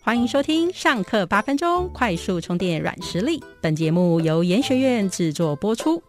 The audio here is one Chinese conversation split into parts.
欢迎收听上课8分钟快速充电软实力，本节目由研学院制作播出。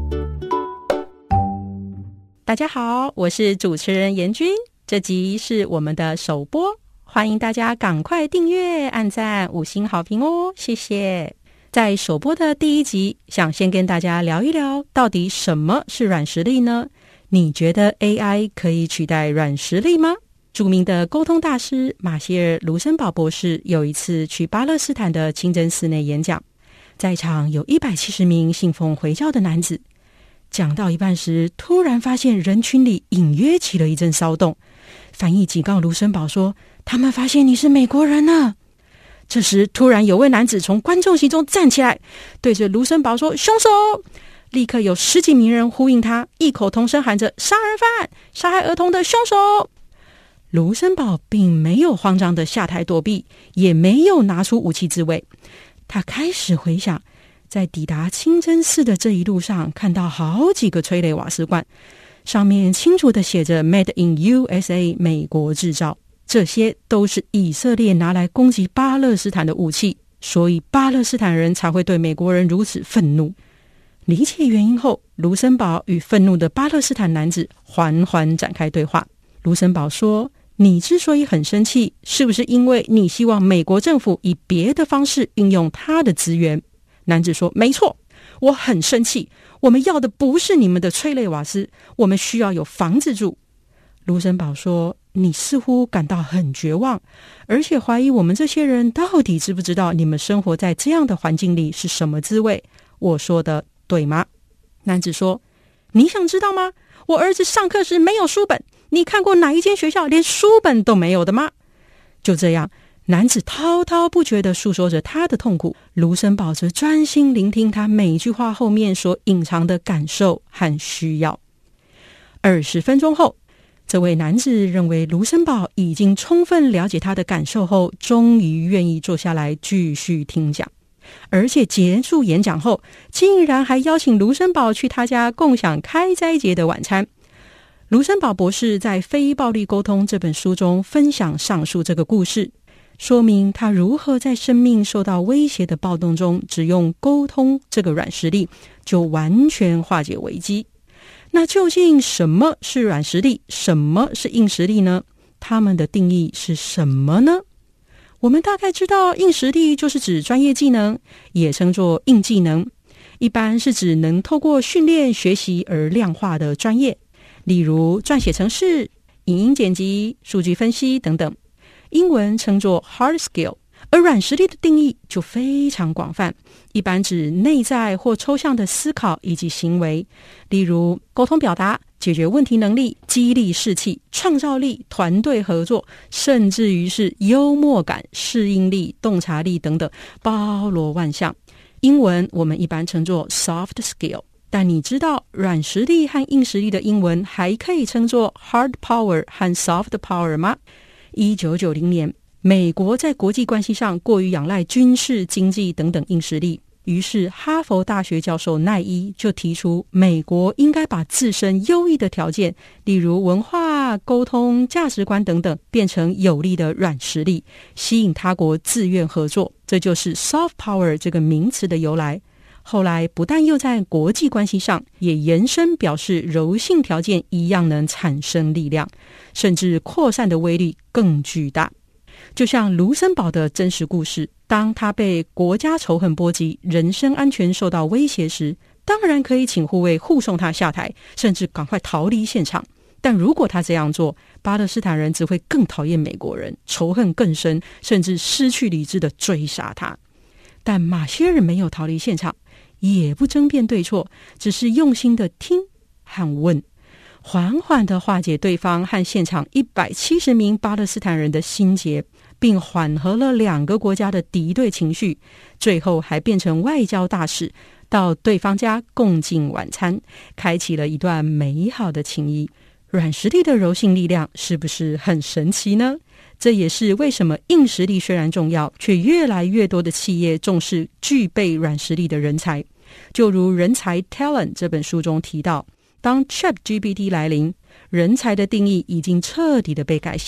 大家好，我是主持人严君，这集是我们的首播，欢迎大家赶快订阅、按赞、5星好评哦，谢谢。在首播的第一集，想先跟大家聊一聊，到底什么是软实力呢？你觉得 AI 可以取代软实力吗？著名的沟通大师马歇尔·卢森堡博士有一次去巴勒斯坦的清真寺内演讲，在场有170名信奉回教的男子。讲到一半时，突然发现人群里隐约起了一阵骚动。翻译警告卢森堡说：“他们发现你是美国人了。”这时，突然有位男子从观众席中站起来，对着卢森堡说：“凶手！”立刻有10几名人呼应他，异口同声喊着：“杀人犯！杀害儿童的凶手！”卢森堡并没有慌张的下台躲避，也没有拿出武器自卫。他开始回想，在抵达清真寺的这一路上，看到好几个催泪瓦斯罐，上面清楚地写着 Made in USA 美国制造，这些都是以色列拿来攻击巴勒斯坦的武器，所以巴勒斯坦人才会对美国人如此愤怒。理解原因后，卢森堡与愤怒的巴勒斯坦男子缓缓展开对话。卢森堡说：“你之所以很生气，是不是因为你希望美国政府以别的方式运用他的资源？”男子说：“没错，我很生气，我们要的不是你们的催泪瓦斯，我们需要有房子住。”卢森堡说：“你似乎感到很绝望，而且怀疑我们这些人到底知不知道你们生活在这样的环境里是什么滋味？我说的对吗？”男子说：“你想知道吗？我儿子上课时没有书本，你看过哪一间学校连书本都没有的吗？”就这样，男子滔滔不绝地诉说着他的痛苦，卢森堡则专心聆听他每一句话后面所隐藏的感受和需要。20分钟后，这位男子认为卢森堡已经充分了解他的感受后，终于愿意坐下来继续听讲。而且结束演讲后，竟然还邀请卢森堡去他家共享开斋节的晚餐。卢森堡博士在《非暴力沟通》这本书中分享上述这个故事，说明他如何在生命受到威胁的暴动中，只用沟通这个软实力就完全化解危机。那究竟什么是软实力，什么是硬实力呢？它们的定义是什么呢？我们大概知道，硬实力就是指专业技能，也称作硬技能，一般是指能透过训练学习而量化的专业，例如撰写程式、影音剪辑、数据分析等等。英文称作 hard skill。而软实力的定义就非常广泛，一般指内在或抽象的思考以及行为，例如沟通表达、解决问题能力、激励士气、创造力、团队合作，甚至于是幽默感、适应力、洞察力等等，包罗万象。英文我们一般称作 soft skill。但你知道软实力和硬实力的英文还可以称作 hard power 和 soft power 吗？1990年，美国在国际关系上过于仰赖军事、经济等等硬实力，于是哈佛大学教授奈伊就提出，美国应该把自身优异的条件，例如文化、沟通、价值观等等，变成有力的软实力，吸引他国自愿合作。这就是 soft power 这个名词的由来。后来不但又在国际关系上，也延伸表示柔性条件一样能产生力量，甚至扩散的威力更巨大。就像卢森堡的真实故事，当他被国家仇恨波及，人身安全受到威胁时，当然可以请护卫护送他下台，甚至赶快逃离现场。但如果他这样做，巴勒斯坦人只会更讨厌美国人，仇恨更深，甚至失去理智地追杀他。但马歇尔没有逃离现场，也不争辩对错，只是用心地听和问，缓缓地化解对方和现场170名巴勒斯坦人的心结，并缓和了2个国家的敌对情绪，最后还变成外交大使，到对方家共进晚餐，开启了一段美好的情谊。软实力的柔性力量是不是很神奇呢？这也是为什么硬实力虽然重要，却越来越多的企业重视具备软实力的人才。就如《人才 Talent》这本书中提到，当 ChatGPT 来临，人才的定义已经彻底的被改写。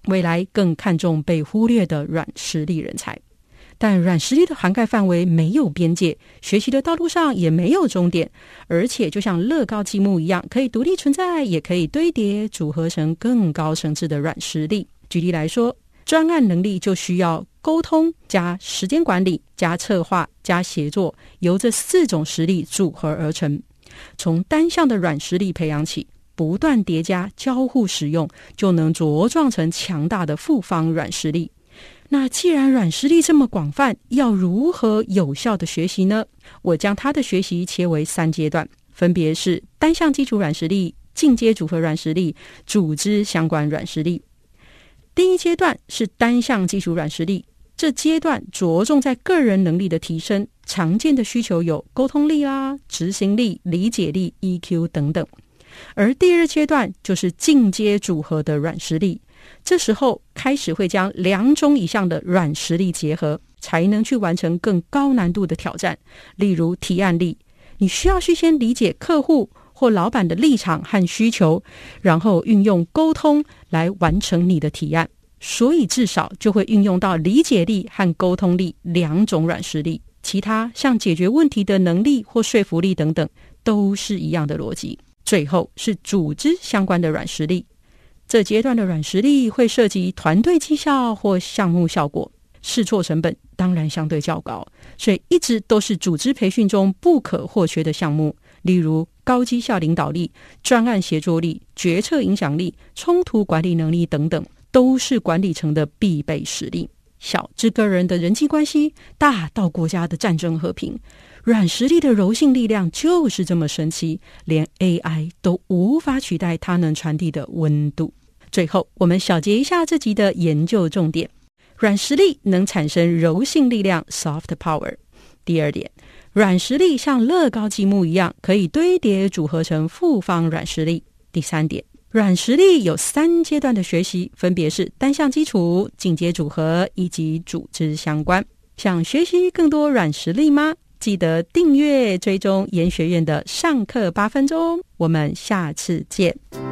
未来更看重被忽略的软实力人才。但软实力的涵盖范围没有边界，学习的道路上也没有终点，而且就像乐高积木一样，可以独立存在，也可以堆叠组合成更高层次的软实力。举例来说，专案能力就需要沟通加时间管理加策划加协作，由这4种实力组合而成。从单项的软实力培养起，不断叠加交互使用，就能茁壮成强大的复方软实力。那既然软实力这么广泛，要如何有效的学习呢？我将它的学习切为3阶段，分别是单项基础软实力、进阶组合软实力、组织相关软实力。第一阶段是单项基础软实力，这阶段着重在个人能力的提升，常见的需求有沟通力啦、执行力、理解力、EQ 等等。而第二阶段就是进阶组合的软实力，这时候开始会将2种以上的软实力结合，才能去完成更高难度的挑战。例如提案力，你需要先理解客户或老板的立场和需求，然后运用沟通来完成你的提案，所以至少就会运用到理解力和沟通力2种软实力。其他像解决问题的能力或说服力等等，都是一样的逻辑。最后是组织相关的软实力，这阶段的软实力会涉及团队绩效或项目效果，试错成本当然相对较高，所以一直都是组织培训中不可或缺的项目。例如高绩效领导力、专案协作力、决策影响力、冲突管理能力等等，都是管理层的必备实力。小至个人的人际关系，大到国家的战争和平，软实力的柔性力量就是这么神奇，连 AI 都无法取代它能传递的温度。最后，我们小结一下这集的研究重点：软实力能产生柔性力量 （soft power）。第二点，软实力像乐高积木一样，可以堆叠组合成复方软实力。第三点，软实力有3阶段的学习，分别是单项基础、进阶组合以及组织相关。想学习更多软实力吗？记得订阅追踪研学院的上课8分钟，我们下次见。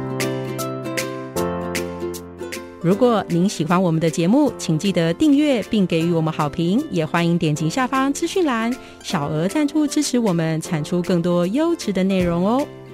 如果您喜欢我们的节目，请记得订阅并给予我们好评，也欢迎点击下方资讯栏小额赞助支持我们产出更多优质的内容哦。